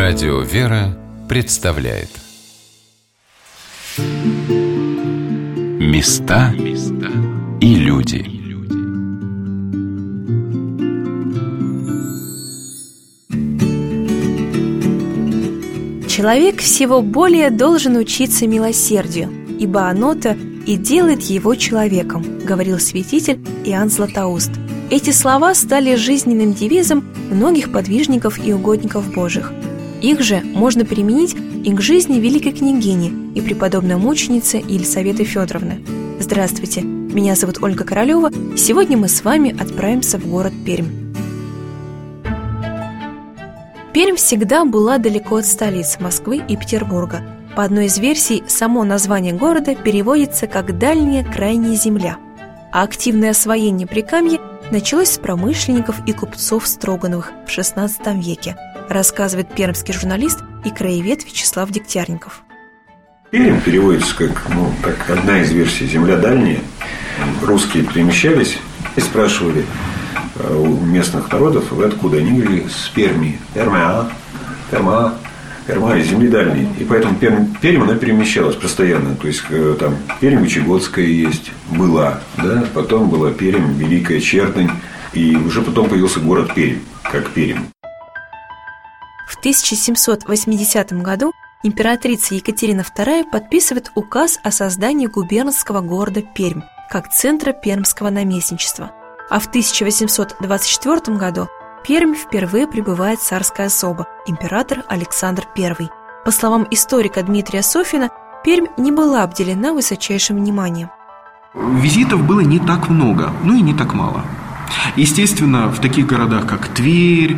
Радио «Вера» представляет Места и люди. Человек всего более должен учиться милосердию, ибо оно-то и делает его человеком, говорил святитель Иоанн Златоуст. Эти слова стали жизненным девизом многих подвижников и угодников Божьих. Их же можно применить и к жизни великой княгини и преподобной мученицы Елисаветы Федоровны. Здравствуйте, меня зовут Ольга Королева, и сегодня мы с вами отправимся в город Пермь. Пермь всегда была далеко от столиц Москвы и Петербурга. По одной из версий, само название города переводится как «дальняя крайняя земля», а активное освоение Прикамья началось с промышленников и купцов Строгановых в XVI веке, рассказывает пермский журналист и краевед Вячеслав Дегтярников. Пермь переводится как одна из версий «земля дальняя». Русские перемещались и спрашивали у местных народов: вы откуда? Они говорили: с Перми. Перма из земли дальней. И поэтому Пермь, она перемещалась постоянно. То есть там Пермь Вычегодская есть, была, да? Потом была Пермь, Великая Чердынь. И уже потом появился город Пермь, как Пермь. В 1780 году императрица Екатерина II подписывает указ о создании губернского города Пермь как центра пермского наместничества. А в 1824 году в Пермь впервые прибывает царская особа, император Александр I. По словам историка Дмитрия Софина, Пермь не была обделена высочайшим вниманием. Визитов было не так много, но и не так мало. Естественно, в таких городах, как Тверь,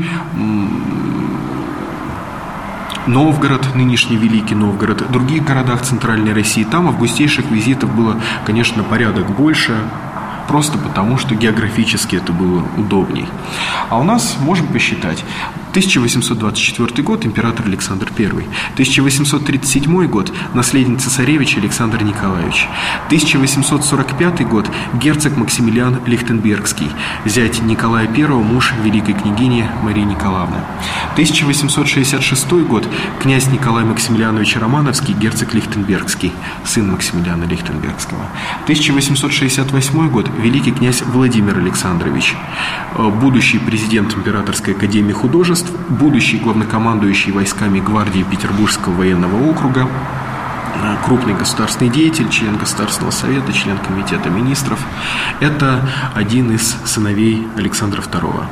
Новгород, нынешний Великий Новгород, в других городах Центральной России, там августейших визитов было, конечно, порядок больше, просто потому, что географически это было удобней. А у нас, можем посчитать, 1824 год – император Александр I, 1837 год – наследник цесаревича Александр Николаевич, 1845 год – герцог Максимилиан Лихтенбергский, зять Николая I, муж великой княгини Марии Николаевны, 1866 год – князь Николай Максимилианович Романовский, герцог Лихтенбергский, сын Максимилиана Лихтенбергского, 1868 год – великий князь Владимир Александрович, будущий президент Императорской академии художеств, будущий главнокомандующий войсками гвардии Петербургского военного округа, крупный государственный деятель, член Государственного совета, член комитета министров. Это один из сыновей Александра II.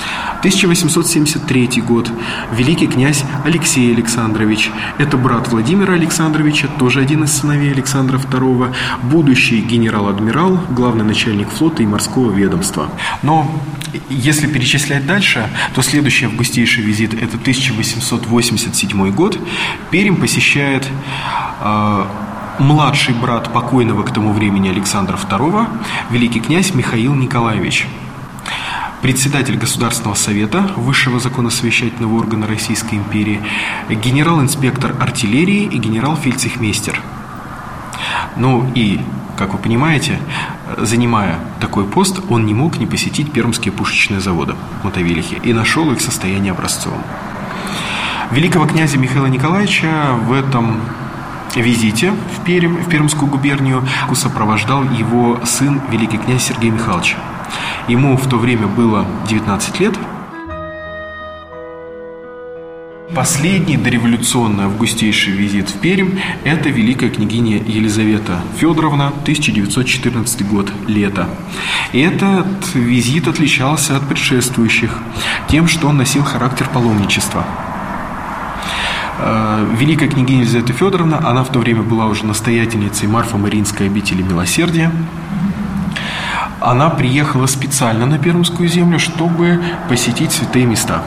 1873 год. Великий князь Алексей Александрович. Это брат Владимира Александровича, тоже один из сыновей Александра II, будущий генерал-адмирал, главный начальник флота и морского ведомства. Но если перечислять дальше, то следующий августейший визит – это 1887 год. Пермь посещает младший брат покойного к тому времени Александра II, великий князь Михаил Николаевич, председатель Государственного совета, высшего законосовещательного органа Российской империи, генерал-инспектор артиллерии и генерал-фельдцехмейстер. Ну и, как вы понимаете, занимая такой пост, он не мог не посетить пермские пушечные заводы Мотовилихи и нашел их состояние образцовым. Великого князя Михаила Николаевича в этом визите в Пермскую губернию сопровождал его сын, великий князь Сергей Михайлович. Ему в то время было 19 лет. Последний дореволюционный августейший визит в Пермь – это великая княгиня Елизавета Федоровна, 1914 год, лето. И этот визит отличался от предшествующих тем, что он носил характер паломничества. Великая княгиня Елизавета Федоровна, она в то время была уже настоятельницей Марфо-Мариинской обители Милосердия. Она приехала специально на Пермскую землю, чтобы посетить святые места.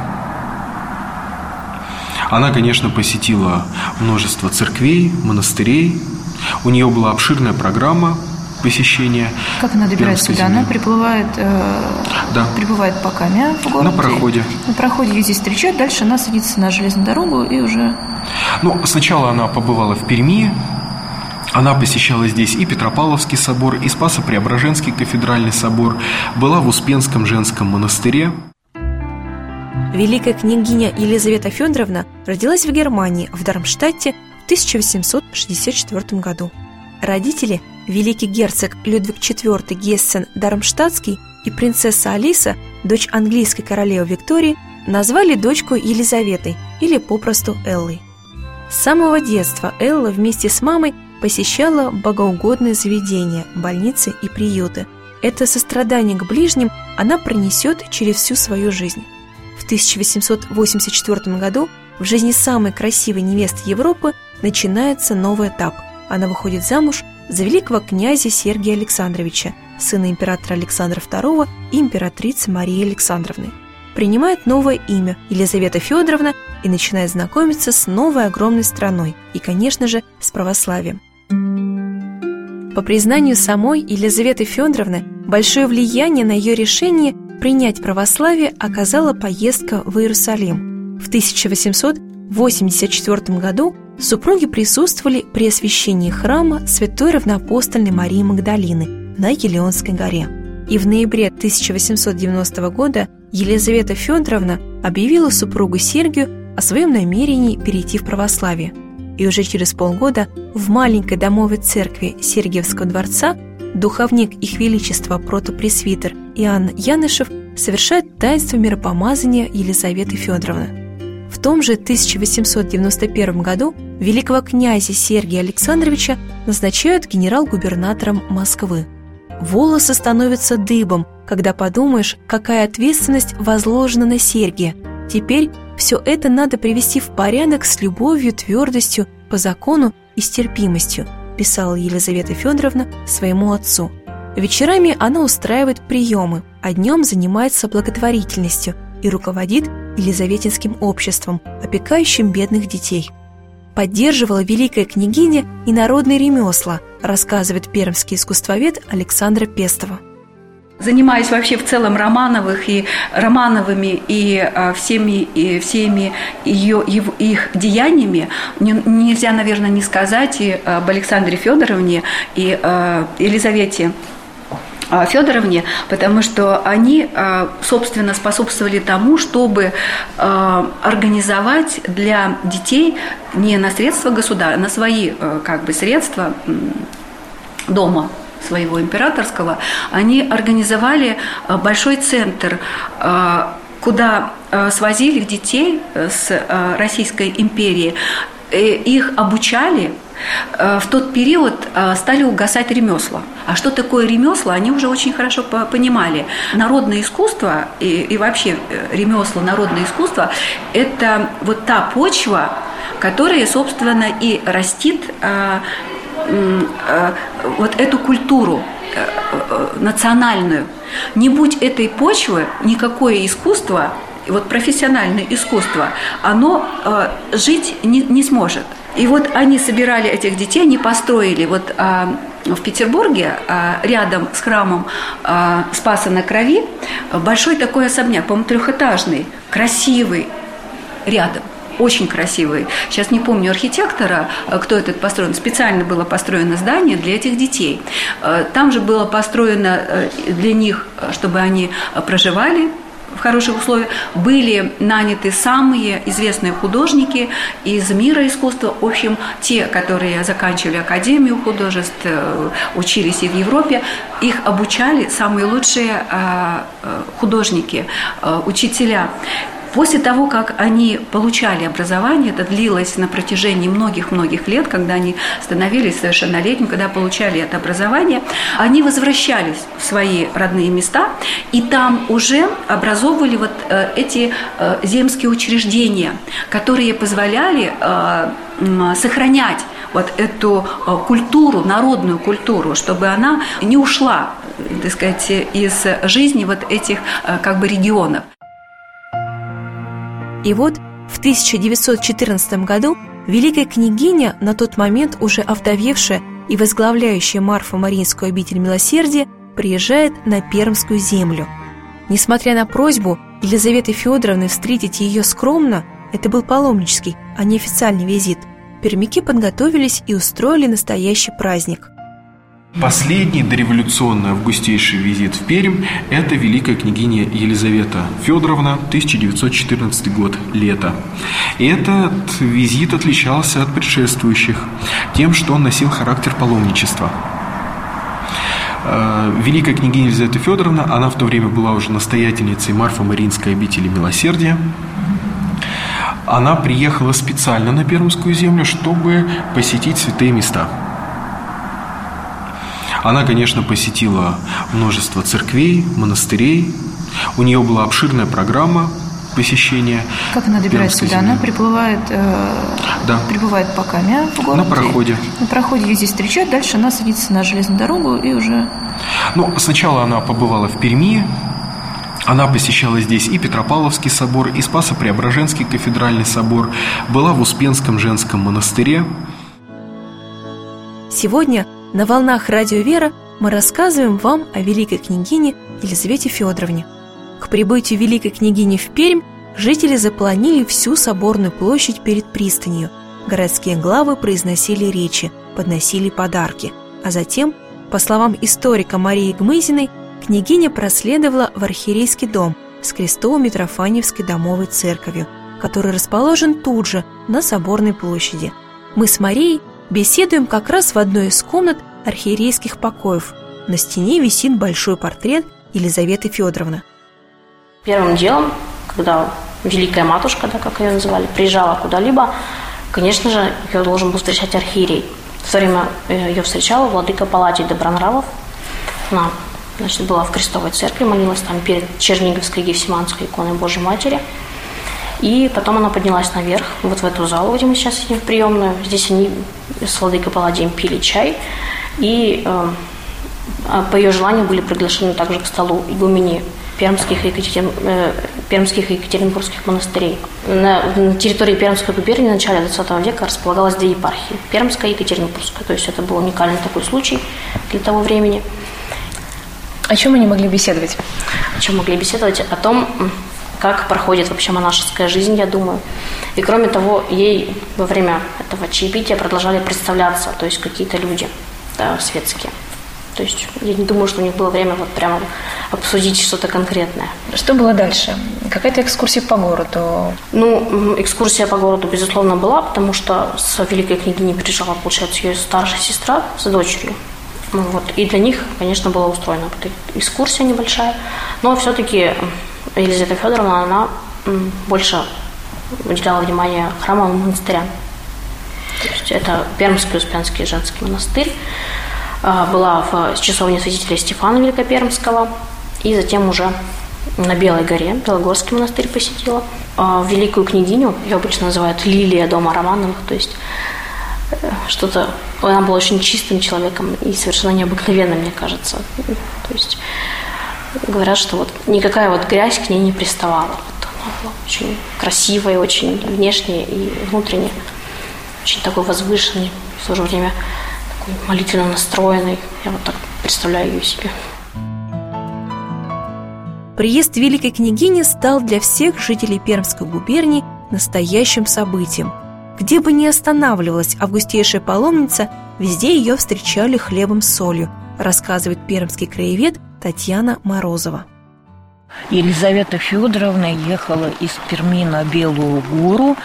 Она, конечно, посетила множество церквей, монастырей. У нее была обширная программа посещения. Как она добирается сюда? Она прибывает по Каме в город. На пароходе. На пароходе ее здесь встречают, дальше она садится на железную дорогу и уже... Сначала она побывала в Перми. Она посещала здесь и Петропавловский собор, и Спасо-Преображенский кафедральный собор, была в Успенском женском монастыре. Великая княгиня Елизавета Федоровна родилась в Германии, в Дармштадте в 1864 году. Родители, великий герцог Людвиг IV Гессен-Дармштадтский и принцесса Алиса, дочь английской королевы Виктории, назвали дочку Елизаветой или попросту Эллой. С самого детства Элла вместе с мамой посещала богоугодные заведения, больницы и приюты. Это сострадание к ближним она пронесет через всю свою жизнь. В 1884 году в жизни самой красивой невесты Европы начинается новый этап. Она выходит замуж за великого князя Сергия Александровича, сына императора Александра II и императрицы Марии Александровны. Принимает новое имя Елизавета Федоровна и начинает знакомиться с новой огромной страной и, конечно же, с православием. По признанию самой Елизаветы Федоровны, большое влияние на ее решение принять православие оказала поездка в Иерусалим. В 1884 году супруги присутствовали при освящении храма Святой Равноапостольной Марии Магдалины на Елеонской горе. И в ноябре 1890 года Елизавета Федоровна объявила супругу Сергию о своем намерении перейти в православие. И уже через полгода в маленькой домовой церкви Сергиевского дворца духовник Их Величества протопресвитер Иоанн Янышев совершает таинство миропомазания Елизаветы Федоровны. В том же 1891 году великого князя Сергия Александровича назначают генерал-губернатором Москвы. Волосы становятся дыбом, когда подумаешь, какая ответственность возложена на Сергия. Теперь все это надо привести в порядок с любовью, твердостью, по закону и с терпимостью, писала Елизавета Федоровна своему отцу. Вечерами она устраивает приемы, а днем занимается благотворительностью и руководит Елизаветинским обществом, опекающим бедных детей. Поддерживала великая княгиня и народные ремесла, рассказывает пермский искусствовед Александра Пестова. Занимаясь вообще в целом Романовыми и всеми их деяниями, нельзя, наверное, не сказать и об Александре Федоровне, и Елизавете Федоровне, потому что они, собственно, способствовали тому, чтобы организовать для детей не на средства государства, а на свои средства дома своего императорского, они организовали большой центр, куда свозили детей с Российской империи, их обучали. В тот период стали угасать ремесла. А что такое ремесла, они уже очень хорошо понимали. Народное искусство и вообще ремесла, народное искусство – это вот та почва, которая, собственно, и растит вот эту культуру национальную. Не будь этой почвы, никакое искусство, вот профессиональное искусство, оно жить не сможет. И вот они собирали этих детей, они построили вот в Петербурге, рядом с храмом Спаса на Крови, большой такой особняк, по-моему, трехэтажный, красивый, рядом. Очень красивый. Сейчас не помню архитектора, кто этот построен. Специально было построено здание для этих детей. Там же было построено для них, чтобы они проживали в хороших условиях. Были наняты самые известные художники из мира искусства. В общем, те, которые заканчивали Академию художеств, учились и в Европе, их обучали самые лучшие художники, учителя. После того, как они получали образование, это длилось на протяжении многих-многих лет, когда они становились совершеннолетними, когда получали это образование, они возвращались в свои родные места, и там уже образовывали вот эти земские учреждения, которые позволяли сохранять вот эту культуру, народную культуру, чтобы она не ушла, так сказать, из жизни вот этих регионов. И вот в 1914 году великая княгиня, на тот момент уже овдовевшая и возглавляющая Марфо-Мариинскую обитель милосердия, приезжает на Пермскую землю. Несмотря на просьбу Елизаветы Федоровны встретить ее скромно, это был паломнический, а не официальный визит, пермяки подготовились и устроили настоящий праздник. Последний дореволюционный августейший визит в Пермь – это великая княгиня Елизавета Федоровна, 1914 год, лето. И этот визит отличался от предшествующих тем, что он носил характер паломничества. Великая княгиня Елизавета Федоровна, она в то время была уже настоятельницей Марфо-Мариинской обители Милосердия. Она приехала специально на Пермскую землю, чтобы посетить святые места. Она, конечно, посетила множество церквей, монастырей. У нее была обширная программа посещения. Как она добирается сюда? Она приплывает, прибывает по Каме в городе. На пароходе. На пароходе ее здесь встречают, дальше она садится на железную дорогу и уже... Сначала она побывала в Перми. Она посещала здесь и Петропавловский собор, и Спасо-Преображенский кафедральный собор, была в Успенском женском монастыре. Сегодня на волнах Радио Вера мы рассказываем вам о великой княгине Елизавете Федоровне. К прибытию великой княгини в Пермь жители заполонили всю соборную площадь перед пристанью. Городские главы произносили речи, подносили подарки. А затем, по словам историка Марии Гмызиной, княгиня проследовала в архиерейский дом с Крестово-Митрофаневской домовой церковью, который расположен тут же, на Соборной площади. Мы с Марией беседуем как раз в одной из комнат архиерейских покоев. На стене висит большой портрет Елизаветы Федоровны. Первым делом, когда Великая Матушка, как ее называли, приезжала куда-либо, конечно же, ее должен был встречать архиерей. В то время ее встречал владыка Палладий Добронравов. Она, была в Крестовой церкви, молилась там перед Черниговской Гефсиманской иконой Божьей Матери. И потом она поднялась наверх, вот в эту залу, где мы сейчас сидим, в приемную. Здесь они с владыкой Палладием пили чай. И по ее желанию были приглашены также к столу игумени пермских и екатеринбургских монастырей. На территории Пермской губернии в начале XX века располагалось две епархии – Пермская и Екатеринбургская. То есть это был уникальный такой случай для того времени. О чем они могли беседовать? О чем могли беседовать? О том, как проходит вообще монашеская жизнь, я думаю. И кроме того, ей во время этого чаепития продолжали представляться, то есть какие-то люди светские. То есть я не думаю, что у них было время прямо обсудить что-то конкретное. Что было дальше? Какая-то экскурсия по городу? Экскурсия по городу, безусловно, была, потому что с великой княгиней приезжала, получается, ее старшая сестра с дочерью. И для них, конечно, была устроена экскурсия небольшая. Но все-таки Елизавета Федоровна, она больше уделяла внимание храмам и монастырям. То есть это Пермский Успенский женский монастырь. Была в часовне святителя Стефана Великопермского. И затем уже на Белой горе Белогорский монастырь посетила. Великую княгиню, ее обычно называют Лилия дома Романовых, то есть что-то... Она была очень чистым человеком и совершенно необыкновенным, мне кажется. То есть говорят, что никакая грязь к ней не приставала. Она была очень красивая, очень внешне и внутренне. Очень такой возвышенный, в то же время такой молитвенно настроенный. Я так представляю ее себе. Приезд великой княгини стал для всех жителей Пермской губернии настоящим событием. Где бы ни останавливалась августейшая паломница, везде ее встречали хлебом с солью, рассказывает пермский краевед Татьяна Морозова. Елизавета Федоровна ехала из Перми на Белую гору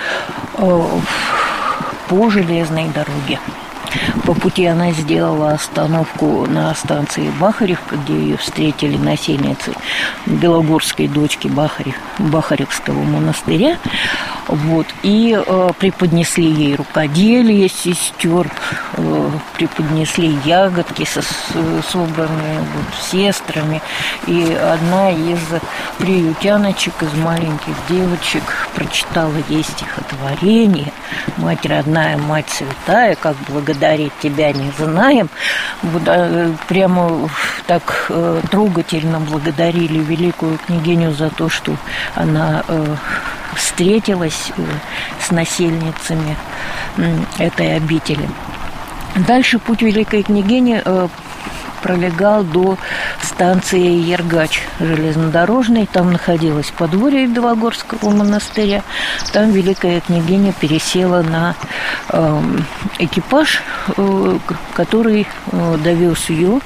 по железной дороге. По пути она сделала остановку на станции Бахаревка, где ее встретили насельницы белогорской дочки Бахаревского монастыря. И преподнесли ей рукоделие сестер, преподнесли ягодки, собранные сестрами. И одна из приютяночек, из маленьких девочек, прочитала ей стихотворение «Мать родная, мать святая, как благодарить тебя не знаем». Прямо так трогательно благодарили великую княгиню за то, что она встретилась с насельницами этой обители. Дальше путь великой княгини пролегал до станции Ергач железнодорожной. Там находилось подворье Белогорского монастыря. Там великая княгиня пересела на экипаж, который довез ее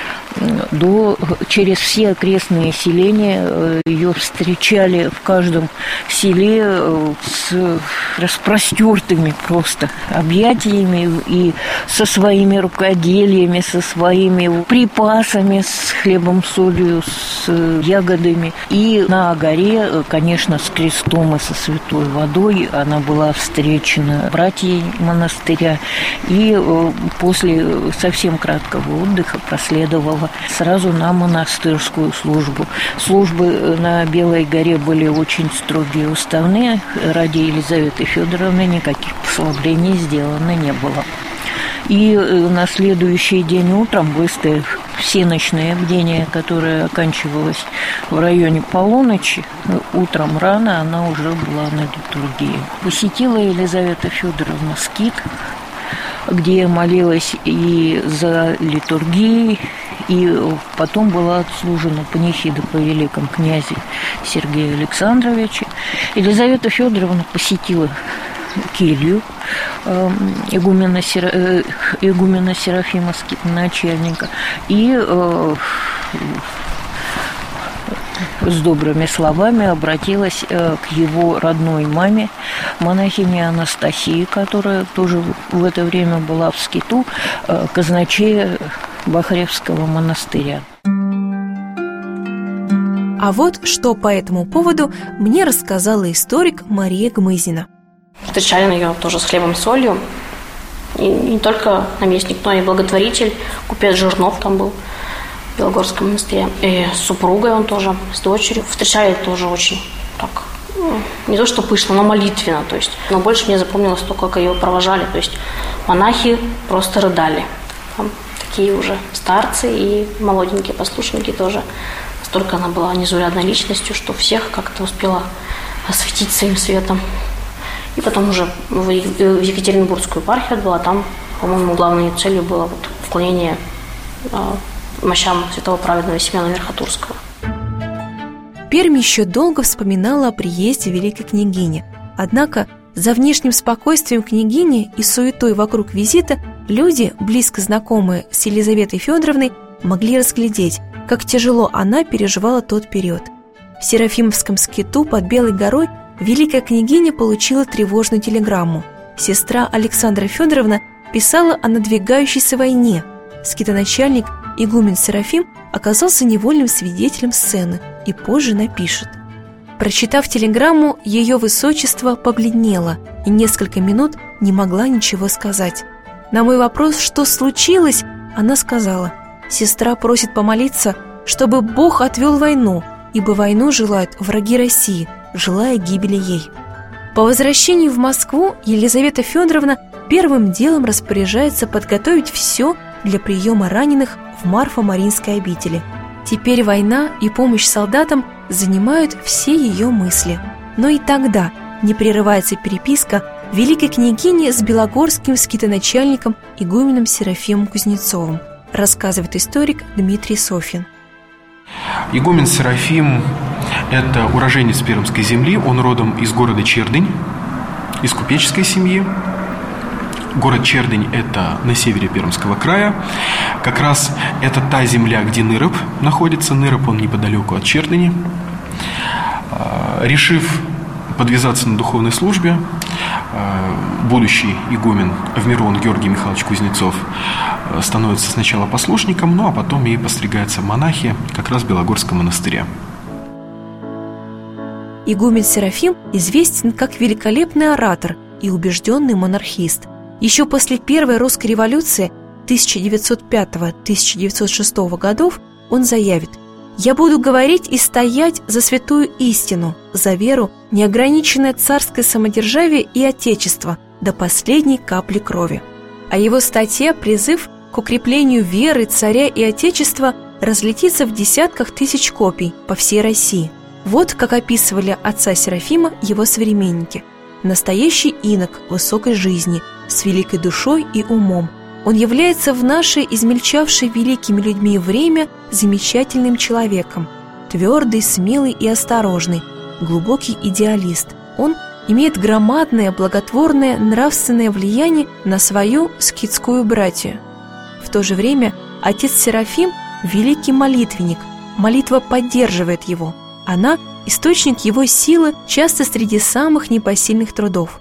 через все окрестные селения. Ее встречали в каждом селе с распростертыми просто объятиями и со своими рукоделиями, со своими припасами, с хлебом, солью, с ягодами. И на горе, конечно, с крестом и со святой водой она была встречена братьями монастыря. И после совсем краткого отдыха проследовала сразу на монастырскую службу. Службы на Белой горе были очень строгие, уставные. Ради Елизаветы Федоровны никаких послаблений сделано не было. И на следующий день утром, выставив всеночное бдение, которое оканчивалось в районе полуночи, утром рано она уже была на литургии. Посетила Елизавета Федоровна скит, где молилась и за литургией, и потом была отслужена панихида по великом князе Сергею Александровичу. Елизавета Федоровна посетила келью игумена Серафима скитоначальника и с добрыми словами обратилась к его родной маме, монахине Анастасии, которая тоже в это время была в скиту, казначея Бахревского монастыря. А вот что по этому поводу мне рассказала историк Мария Гмызина. Встречали ее тоже с хлебом, солью. И не только наместник, но и благотворитель, купец Жирнов там был в Белогорском монастыре. И с супругой он тоже, с дочерью. Встречали тоже очень так, не то что пышно, но молитвенно. То есть. Но больше мне запомнилось то, как ее провожали. То есть монахи просто рыдали. Там такие уже старцы и молоденькие послушники тоже. Настолько она была незаурядной личностью, что всех как-то успела осветить своим светом. И потом уже в Екатеринбургскую епархию отбыла. Там, по-моему, главной целью было вот вклонение мощам святого праведного Семена Верхотурского. Пермь еще долго вспоминала о приезде великой княгини. Однако за внешним спокойствием княгини и суетой вокруг визита люди, близко знакомые с Елизаветой Федоровной, могли разглядеть, как тяжело она переживала тот период. В Серафимовском скиту под Белой горой великая княгиня получила тревожную телеграмму. Сестра Александра Федоровна писала о надвигающейся войне. Скитоначальник игумен Серафим оказался невольным свидетелем сцены и позже напишет: «Прочитав телеграмму, ее высочество побледнело и несколько минут не могла ничего сказать. На мой вопрос, что случилось, она сказала: сестра просит помолиться, чтобы Бог отвел войну, ибо войну желают враги России, желая гибели ей». По возвращении в Москву Елизавета Федоровна первым делом распоряжается подготовить все для приема раненых в Марфо-Маринской обители. Теперь война и помощь солдатам занимают все ее мысли. Но и тогда не прерывается переписка великой княгини с белогорским скитоначальником игуменом Серафимом Кузнецовым, рассказывает историк Дмитрий Софьин. Игумен Серафим – это уроженец Пермской земли, он родом из города Чердынь, из купеческой семьи. Город Чердынь – это на севере Пермского края. Как раз это та земля, где Ныроб находится. Ныроб, он неподалеку от Чердыни. Решив подвязаться на духовной службе, будущий игумен Авмирон Георгий Михайлович Кузнецов становится сначала послушником, ну а потом и постригается в монахи как раз в Белогорском монастыре. Игумен Серафим известен как великолепный оратор и убежденный монархист. Еще после Первой русской революции 1905-1906 годов он заявит: «Я буду говорить и стоять за святую истину, за веру, неограниченное царское самодержавие и отечество до последней капли крови». А его статья «Призыв к укреплению веры царя и отечества» разлетится в десятках тысяч копий по всей России. Вот как описывали отца Серафима его современники: настоящий инок высокой жизни, с великой душой и умом, Он является в наше измельчавшее великими людьми время замечательным человеком, твердый, смелый и осторожный, глубокий идеалист. Он имеет громадное, благотворное нравственное влияние на свою скитскую братью. В то же время отец Серафим – великий молитвенник, молитва поддерживает его. Она – источник его силы, часто среди самых непосильных трудов.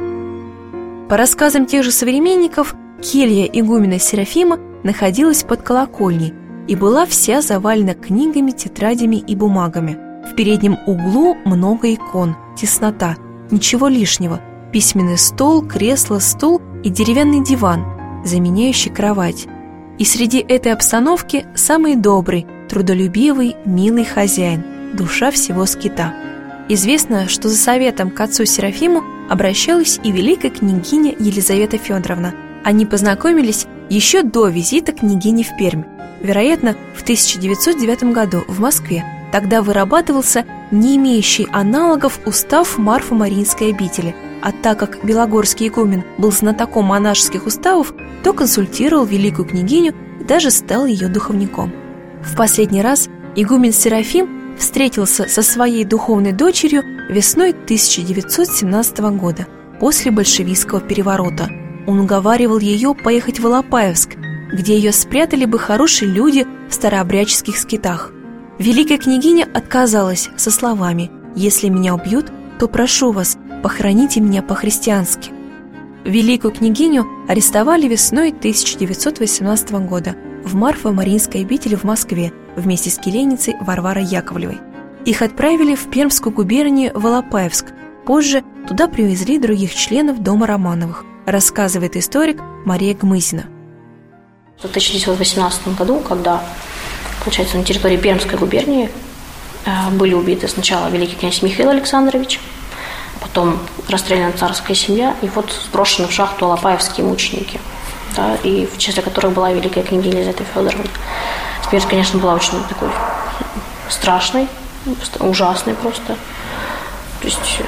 По рассказам тех же современников, келья игумена Серафима находилась под колокольней и была вся завалена книгами, тетрадями и бумагами. В переднем углу много икон, теснота, ничего лишнего, письменный стол, кресло, стул и деревянный диван, заменяющий кровать. И среди этой обстановки самый добрый, трудолюбивый, милый хозяин, душа всего скита. Известно, что за советом к отцу Серафиму обращалась и великая княгиня Елизавета Федоровна. Они познакомились еще до визита княгини в Пермь, вероятно, в 1909 году в Москве. Тогда вырабатывался не имеющий аналогов устав Марфо-Мариинской обители, а так как белогорский игумен был знатоком монашеских уставов, то консультировал великую княгиню и даже стал ее духовником. В последний раз игумен Серафим встретился со своей духовной дочерью весной 1917 года, после большевистского переворота. Он уговаривал ее поехать в Алапаевск, где ее спрятали бы хорошие люди в старообрядческих скитах. Великая княгиня отказалась со словами: «Если меня убьют, то прошу вас, похороните меня по-христиански». Великую княгиню арестовали весной 1918 года в Марфо-Мариинской обители в Москве вместе с келейницей Варварой Яковлевой. Их отправили в Пермскую губернию в Алапаевск. Позже туда привезли других членов дома Романовых, рассказывает историк Мария Гмызина. В 1918 году, когда, получается, на территории Пермской губернии были убиты сначала великий князь Михаил Александрович, потом расстреляна царская семья, и вот сброшены в шахту алапаевские мученики, да, и в числе которых была великая княгиня Елизавета Федоровна. Смерть, конечно, была очень такой страшной, ужасной просто. То есть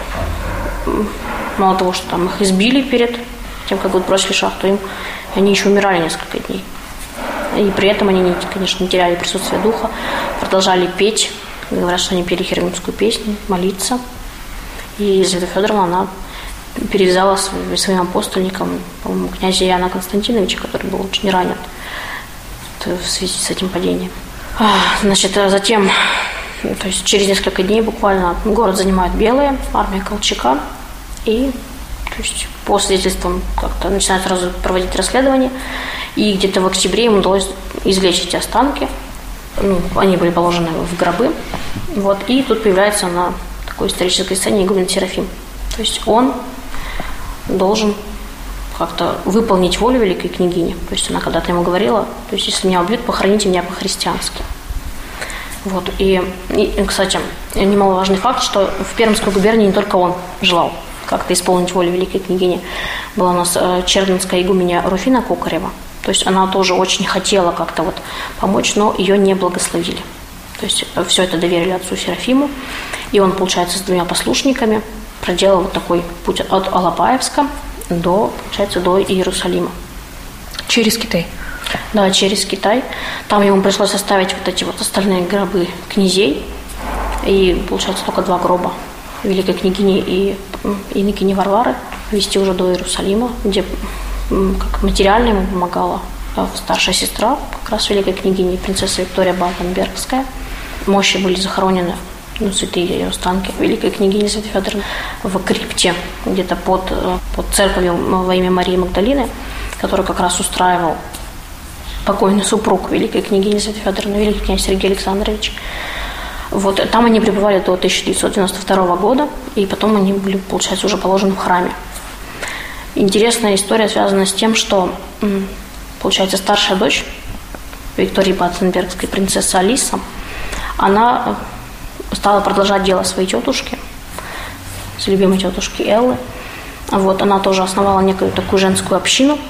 мало того, что там их избили перед тем, как вот бросили шахту, они еще умирали несколько дней. И при этом они, конечно, не теряли присутствие духа, продолжали петь. Говорят, что они пели херувимскую песню, молиться. И Елизавета Федоровна, она перевязала своим апостольникам, по-моему, князя Иоанна Константиновича, который был очень ранен в связи с этим падением. Значит, затем, то есть через несколько дней буквально город занимают белые, армия Колчака, и то есть по свидетельствам как-то начинают сразу проводить расследование, и где-то в октябре им удалось извлечь эти останки. Они были положены в гробы. Вот, и тут появляется на такой исторической сцене игумен Серафим. То есть он должен как-то выполнить волю великой княгини. То есть она когда-то ему говорила: то есть если меня убьют, похороните меня по-христиански. Вот. И, кстати, немаловажный факт, что в Пермской губернии не только он желал как-то исполнить волю великой княгини. Была у нас чердынская игуменья Руфина Кокарева. То есть она тоже очень хотела как-то вот помочь, но ее не благословили. То есть все это доверили отцу Серафиму, и он, получается, с двумя послушниками проделал вот такой путь от Алапаевска до Иерусалима. Через Китай? Да, через Китай. Там ему пришлось оставить вот эти вот остальные гробы князей, и, получается, только 2 гроба великой княгини и инокини Варвары везти уже до Иерусалима, где как материально ему помогала старшая сестра, как раз великой княгини, принцесса Виктория Балтенбергская. Мощи были захоронены, святые ее останки великой княгини Елизаветы Федоровны в крипте, где-то под церковью во имя Марии Магдалины, которую как раз устраивал покойный супруг великой княгини Елизаветы Федоровны, великий князь Сергей Александрович. Вот, там они пребывали до 1992 года, и потом они были, получается, уже положены в храме. Интересная история связана с тем, что, получается, старшая дочь Виктории Баттенбергской, принцесса Алиса, она стала продолжать дело своей тетушки, с любимой тетушки Эллы. Вот, она тоже основала некую такую женскую общину,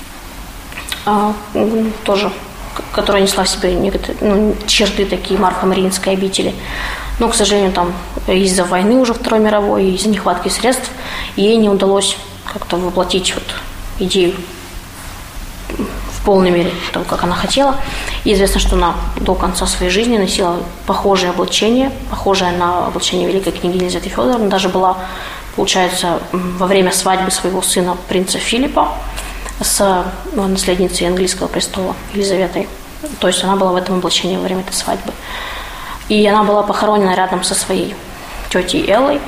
тоже, которая несла в себе некоторые, черты такие Марфо-Мариинской обители. Но, к сожалению, там из-за войны уже Второй мировой, из-за нехватки средств ей не удалось как-то воплотить вот идею полной мере то, как она хотела. И известно, что она до конца своей жизни носила похожее облачение, похожее на облачение великой княгини Елизаветы Федоровны. Даже была, получается, во время свадьбы своего сына, принца Филиппа, с наследницей английского престола Елизаветой. То есть она была в этом облачении во время этой свадьбы. И она была похоронена рядом со своей тетей Эллой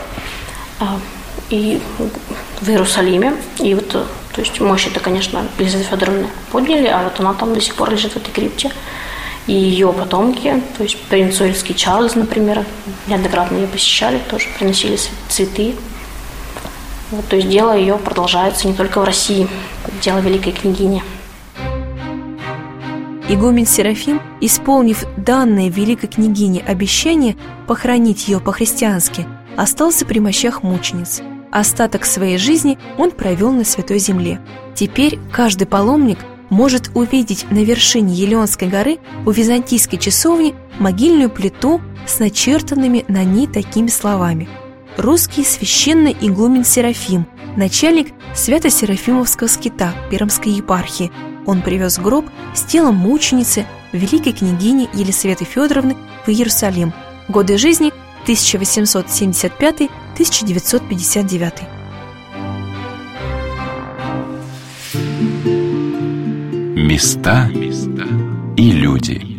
и в Иерусалиме. И вот, то есть мощи-то, конечно, Елизаветы Федоровны подняли, а вот она там до сих пор лежит в этой крипте. И ее потомки, то есть принц Уэльский Чарльз, например, неоднократно ее посещали, тоже приносили цветы. Вот, то есть дело ее продолжается не только в России, дело великой княгини. Игумен Серафим, исполнив данное великой княгине обещание похоронить ее по-христиански, остался при мощах мучениц. Остаток своей жизни он провел на Святой Земле. Теперь каждый паломник может увидеть на вершине Елеонской горы у византийской часовни могильную плиту с начертанными на ней такими словами: «Русский священный игумен Серафим, начальник Свято-Серафимовского скита Пермской епархии. Он привез гроб с телом мученицы великой княгини Елизаветы Федоровны в Иерусалим. Годы жизни 1875-1959». Места и люди.